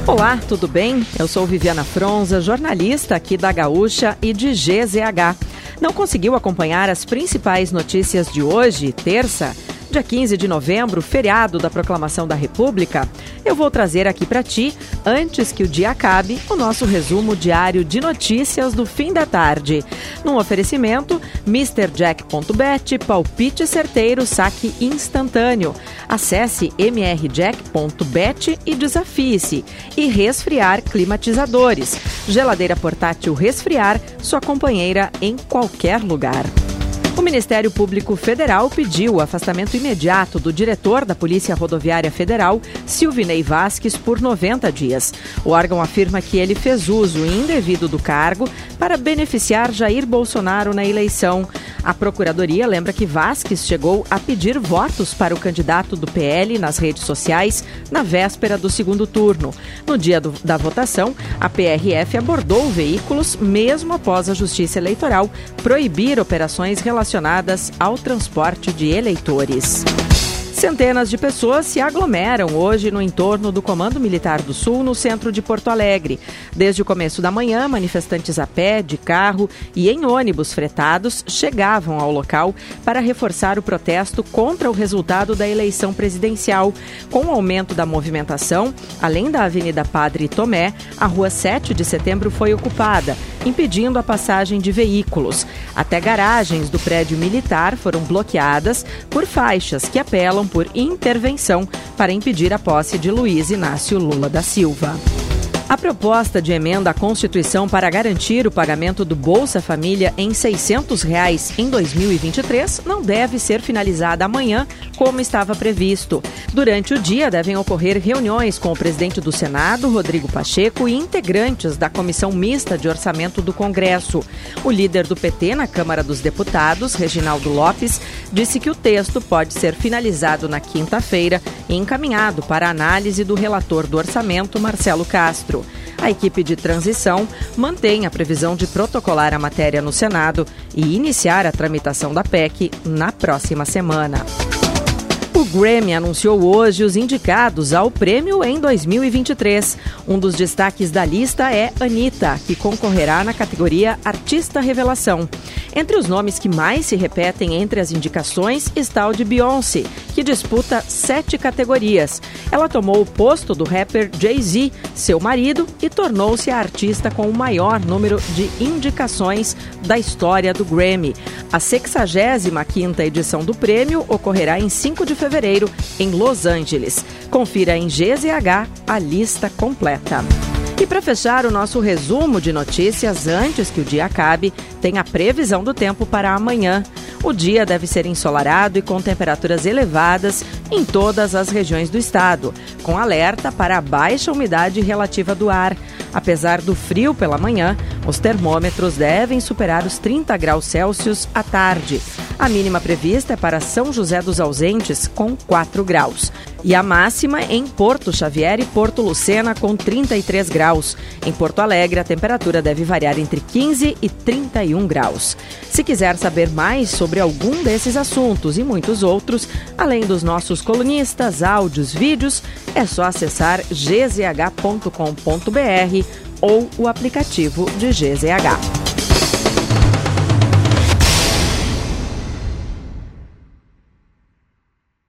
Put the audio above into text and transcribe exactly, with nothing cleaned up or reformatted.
Olá, tudo bem? Eu sou Viviana Fronza, jornalista aqui da Gaúcha e de G Z H. Não conseguiu acompanhar as principais notícias de hoje, terça, dia quinze de novembro, feriado da Proclamação da República? Eu vou trazer aqui para ti, antes que o dia acabe, o nosso resumo diário de notícias do fim da tarde. Num oferecimento, mister jack ponto bet, palpite certeiro, saque instantâneo. Acesse m r jack ponto bet e desafie-se. E Resfriar Climatizadores. Geladeira portátil Resfriar, sua companheira em qualquer lugar. O Ministério Público Federal pediu o afastamento imediato do diretor da Polícia Rodoviária Federal, Silvinei Vasques, por noventa dias. O órgão afirma que ele fez uso indevido do cargo para beneficiar Jair Bolsonaro na eleição. A Procuradoria lembra que Vasques chegou a pedir votos para o candidato do P L nas redes sociais na véspera do segundo turno. No dia do, da votação, a P R F abordou veículos mesmo após a Justiça Eleitoral proibir operações relacionadas ao transporte de eleitores. Centenas de pessoas se aglomeram hoje no entorno do Comando Militar do Sul, no centro de Porto Alegre. Desde o começo da manhã, manifestantes a pé, de carro e em ônibus fretados chegavam ao local para reforçar o protesto contra o resultado da eleição presidencial. Com o aumento da movimentação, além da Avenida Padre Tomé, a Rua sete de Setembro foi ocupada, impedindo a passagem de veículos. Até garagens do prédio militar foram bloqueadas por faixas que apelam por intervenção para impedir a posse de Luiz Inácio Lula da Silva. A proposta de emenda à Constituição para garantir o pagamento do Bolsa Família em seiscentos reais em dois mil e vinte e três não deve ser finalizada amanhã, como estava previsto. Durante o dia, devem ocorrer reuniões com o presidente do Senado, Rodrigo Pacheco, e integrantes da Comissão Mista de Orçamento do Congresso. O líder do P T na Câmara dos Deputados, Reginaldo Lopes, disse que o texto pode ser finalizado na quinta-feira e encaminhado para a análise do relator do orçamento, Marcelo Castro. A equipe de transição mantém a previsão de protocolar a matéria no Senado e iniciar a tramitação da P E C na próxima semana. O Grammy anunciou hoje os indicados ao prêmio em dois mil e vinte e três. Um dos destaques da lista é Anitta, que concorrerá na categoria Artista Revelação. Entre os nomes que mais se repetem entre as indicações está o de Beyoncé, que disputa sete categorias. Ela tomou o posto do rapper Jay-Z, seu marido, e tornou-se a artista com o maior número de indicações da história do Grammy. A sexagésima quinta edição do prêmio ocorrerá em cinco de fevereiro, em Los Angeles. Confira em G Z H a lista completa. E para fechar o nosso resumo de notícias antes que o dia acabe, tem a previsão do tempo para amanhã. O dia deve ser ensolarado e com temperaturas elevadas em todas as regiões do estado, com alerta para a baixa umidade relativa do ar. Apesar do frio pela manhã, os termômetros devem superar os trinta graus Celsius à tarde. A mínima prevista é para São José dos Ausentes, com quatro graus. E a máxima em Porto Xavier e Porto Lucena, com trinta e três graus. Em Porto Alegre, a temperatura deve variar entre quinze e trinta e um graus. Se quiser saber mais sobre algum desses assuntos e muitos outros, além dos nossos colunistas, áudios, vídeos, é só acessar g z h ponto com ponto b r ou o aplicativo de G Z H.